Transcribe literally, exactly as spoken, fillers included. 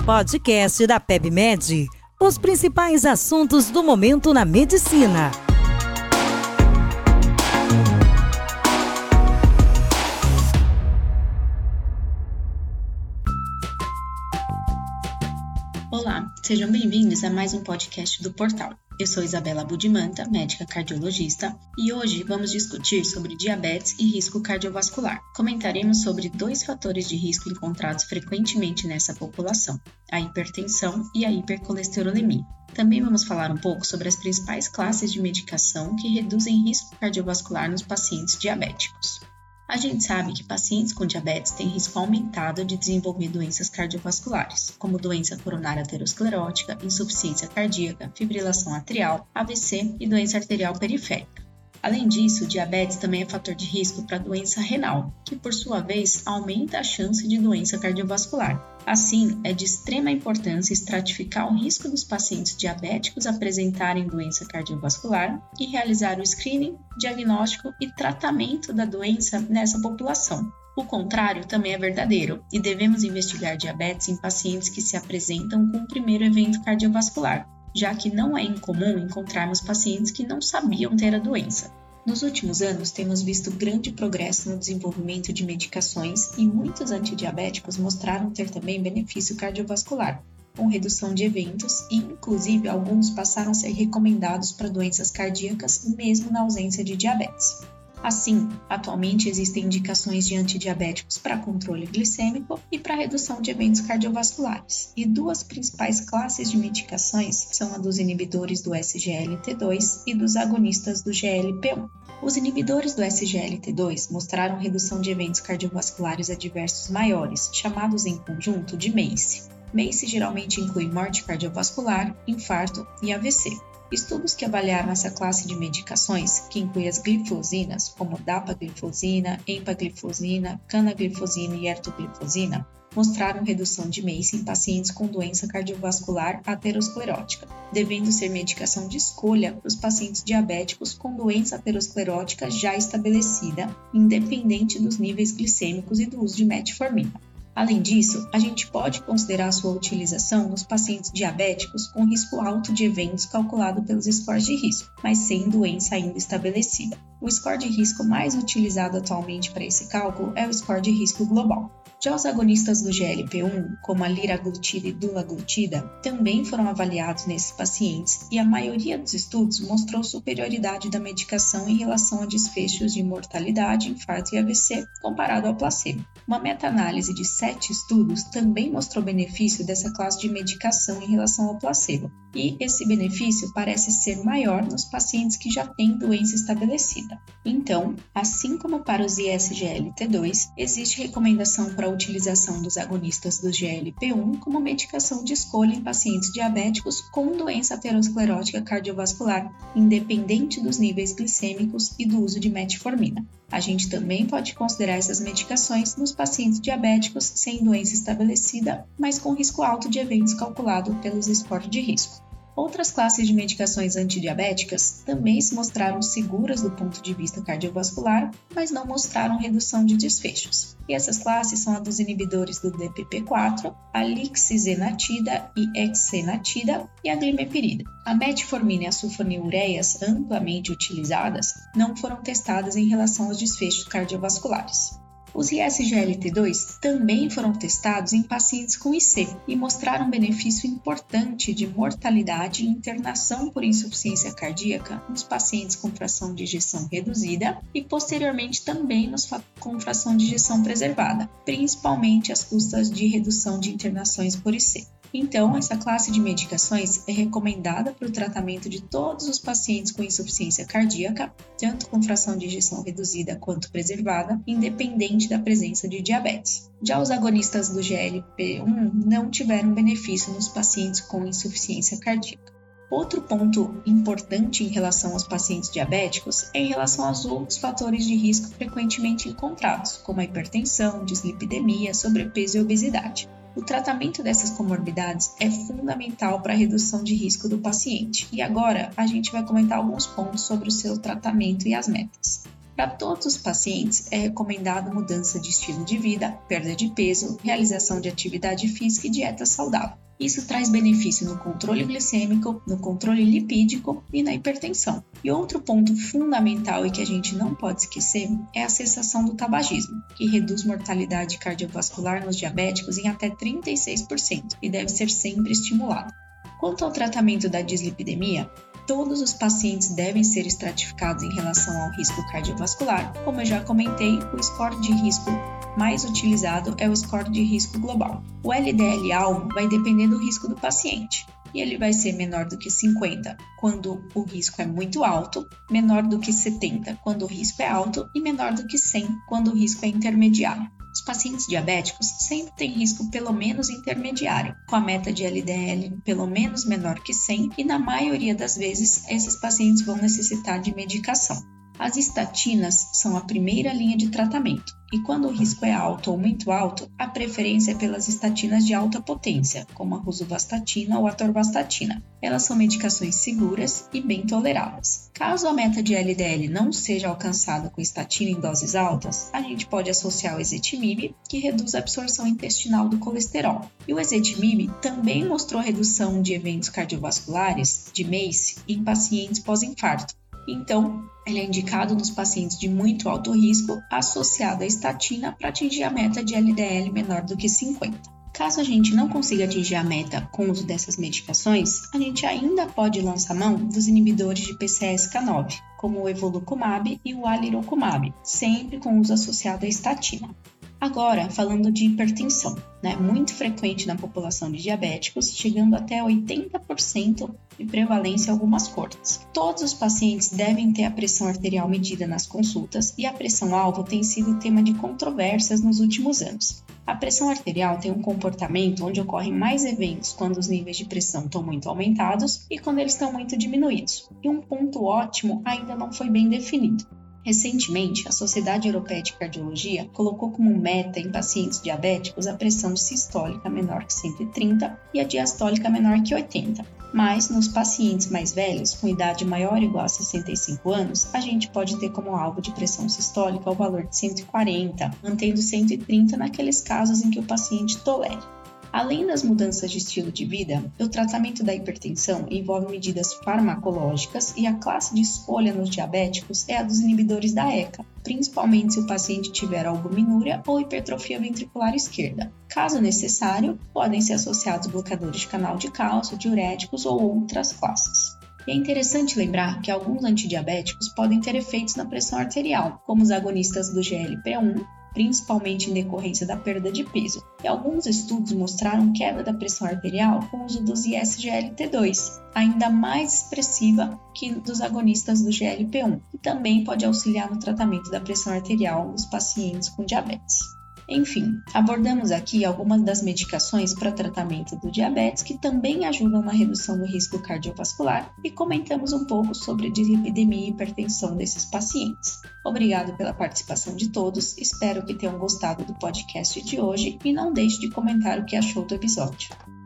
Podcast da PebMed. Os principais assuntos do momento na medicina. Olá, sejam bem-vindos a mais um podcast do portal. Eu sou Isabela Budimanta, médica cardiologista, e hoje vamos discutir sobre diabetes e risco cardiovascular. Comentaremos sobre dois fatores de risco encontrados frequentemente nessa população, a hipertensão e a hipercolesterolemia. Também vamos falar um pouco sobre as principais classes de medicação que reduzem risco cardiovascular nos pacientes diabéticos. A gente sabe que pacientes com diabetes têm risco aumentado de desenvolver doenças cardiovasculares, como doença coronária aterosclerótica, insuficiência cardíaca, fibrilação atrial, A V C e doença arterial periférica. Além disso, o diabetes também é fator de risco para a doença renal, que por sua vez aumenta a chance de doença cardiovascular. Assim, é de extrema importância estratificar o risco dos pacientes diabéticos apresentarem doença cardiovascular e realizar o screening, diagnóstico e tratamento da doença nessa população. O contrário também é verdadeiro e devemos investigar diabetes em pacientes que se apresentam com o primeiro evento cardiovascular, já que não é incomum encontrarmos pacientes que não sabiam ter a doença. Nos últimos anos, temos visto grande progresso no desenvolvimento de medicações e muitos antidiabéticos mostraram ter também benefício cardiovascular, com redução de eventos e, inclusive, alguns passaram a ser recomendados para doenças cardíacas mesmo na ausência de diabetes. Assim, atualmente existem indicações de antidiabéticos para controle glicêmico e para redução de eventos cardiovasculares. E duas principais classes de medicações são a dos inibidores do S G L T dois e dos agonistas do G L P um. Os inibidores do S G L T dois mostraram redução de eventos cardiovasculares adversos maiores, chamados em conjunto de MACE. MACE geralmente inclui morte cardiovascular, infarto e A V C. Estudos que avaliaram essa classe de medicações, que inclui as glifosinas, como dapaglifosina, empaglifosina, canaglifosina e ertoglifosina, mostraram redução de MACE em pacientes com doença cardiovascular aterosclerótica, devendo ser medicação de escolha para os pacientes diabéticos com doença aterosclerótica já estabelecida, independente dos níveis glicêmicos e do uso de metformina. Além disso, a gente pode considerar sua utilização nos pacientes diabéticos com risco alto de eventos calculado pelos scores de risco, mas sem doença ainda estabelecida. O score de risco mais utilizado atualmente para esse cálculo é o score de risco global. Já os agonistas do G L P um, como a liraglutida e dulaglutida, também foram avaliados nesses pacientes e a maioria dos estudos mostrou superioridade da medicação em relação a desfechos de mortalidade, infarto e A V C comparado ao placebo. Uma meta-análise de sete estudos também mostrou benefício dessa classe de medicação em relação ao placebo, e esse benefício parece ser maior nos pacientes que já têm doença estabelecida. Então, assim como para os I S G L T dois, existe recomendação para a utilização dos agonistas do G L P um como medicação de escolha em pacientes diabéticos com doença aterosclerótica cardiovascular, independente dos níveis glicêmicos e do uso de metformina. A gente também pode considerar essas medicações nos pacientes diabéticos sem doença estabelecida, mas com risco alto de eventos calculado pelos scores de risco. Outras classes de medicações antidiabéticas também se mostraram seguras do ponto de vista cardiovascular, mas não mostraram redução de desfechos. E essas classes são a dos inibidores do D P P quatro, a lixisenatida e exenatida e a glimepirida. A metformina e a sulfonilureias, amplamente utilizadas, não foram testadas em relação aos desfechos cardiovasculares. Os I S G L T dois também foram testados em pacientes com I C e mostraram benefício importante de mortalidade e internação por insuficiência cardíaca nos pacientes com fração de ejeção reduzida e posteriormente também nos com fração de ejeção preservada, principalmente às custas de redução de internações por I C. Então, essa classe de medicações é recomendada para o tratamento de todos os pacientes com insuficiência cardíaca, tanto com fração de ejeção reduzida quanto preservada, independente da presença de diabetes. Já os agonistas do G L P um não tiveram benefício nos pacientes com insuficiência cardíaca. Outro ponto importante em relação aos pacientes diabéticos é em relação aos outros fatores de risco frequentemente encontrados, como a hipertensão, dislipidemia, sobrepeso e obesidade. O tratamento dessas comorbidades é fundamental para a redução de risco do paciente. E agora a gente vai comentar alguns pontos sobre o seu tratamento e as metas. Para todos os pacientes, é recomendado mudança de estilo de vida, perda de peso, realização de atividade física e dieta saudável. Isso traz benefício no controle glicêmico, no controle lipídico e na hipertensão. E outro ponto fundamental e que a gente não pode esquecer é a cessação do tabagismo, que reduz mortalidade cardiovascular nos diabéticos em até trinta e seis por cento e deve ser sempre estimulado. Quanto ao tratamento da dislipidemia, todos os pacientes devem ser estratificados em relação ao risco cardiovascular. Como eu já comentei, o score de risco mais utilizado é o score de risco global. O L D L-alvo vai depender do risco do paciente, e ele vai ser menor do que cinquenta quando o risco é muito alto, menor do que setenta quando o risco é alto e menor do que cem quando o risco é intermediário. Os pacientes diabéticos sempre têm risco pelo menos intermediário, com a meta de L D L pelo menos menor que cem, e na maioria das vezes esses pacientes vão necessitar de medicação. As estatinas são a primeira linha de tratamento, e quando o risco é alto ou muito alto, a preferência é pelas estatinas de alta potência, como a rosuvastatina ou a atorvastatina. Elas são medicações seguras e bem toleradas. Caso a meta de L D L não seja alcançada com estatina em doses altas, a gente pode associar o ezetimibe, que reduz a absorção intestinal do colesterol. E o ezetimibe também mostrou redução de eventos cardiovasculares, de MACE, em pacientes pós-infarto. Então, ele é indicado nos pacientes de muito alto risco, associado à estatina para atingir a meta de L D L menor do que cinquenta. Caso a gente não consiga atingir a meta com o uso dessas medicações, a gente ainda pode lançar mão dos inibidores de P C S K nove, como o evolocumab e o alirocumab, sempre com uso associado à estatina. Agora, falando de hipertensão, né, muito frequente na população de diabéticos, chegando até oitenta por cento de prevalência em algumas cortes. Todos os pacientes devem ter a pressão arterial medida nas consultas e a pressão-alvo tem sido tema de controvérsias nos últimos anos. A pressão arterial tem um comportamento onde ocorrem mais eventos quando os níveis de pressão estão muito aumentados e quando eles estão muito diminuídos. E um ponto ótimo ainda não foi bem definido. Recentemente, a Sociedade Europeia de Cardiologia colocou como meta em pacientes diabéticos a pressão sistólica menor que cento e trinta e a diastólica menor que oitenta. Mas, nos pacientes mais velhos, com idade maior ou igual a sessenta e cinco anos, a gente pode ter como alvo de pressão sistólica o valor de cento e quarenta, mantendo cento e trinta naqueles casos em que o paciente tolere. Além das mudanças de estilo de vida, o tratamento da hipertensão envolve medidas farmacológicas e a classe de escolha nos diabéticos é a dos inibidores da E C A, principalmente se o paciente tiver albuminúria ou hipertrofia ventricular esquerda. Caso necessário, podem ser associados bloqueadores de canal de cálcio, diuréticos ou outras classes. E é interessante lembrar que alguns antidiabéticos podem ter efeitos na pressão arterial, como os agonistas do G L P um, principalmente em decorrência da perda de peso. E alguns estudos mostraram queda da pressão arterial com o uso dos I S G L T dois, ainda mais expressiva que dos agonistas do G L P um, e também pode auxiliar no tratamento da pressão arterial nos pacientes com diabetes. Enfim, abordamos aqui algumas das medicações para tratamento do diabetes que também ajudam na redução do risco cardiovascular e comentamos um pouco sobre a dislipidemia e hipertensão desses pacientes. Obrigado pela participação de todos, espero que tenham gostado do podcast de hoje e não deixe de comentar o que achou do episódio.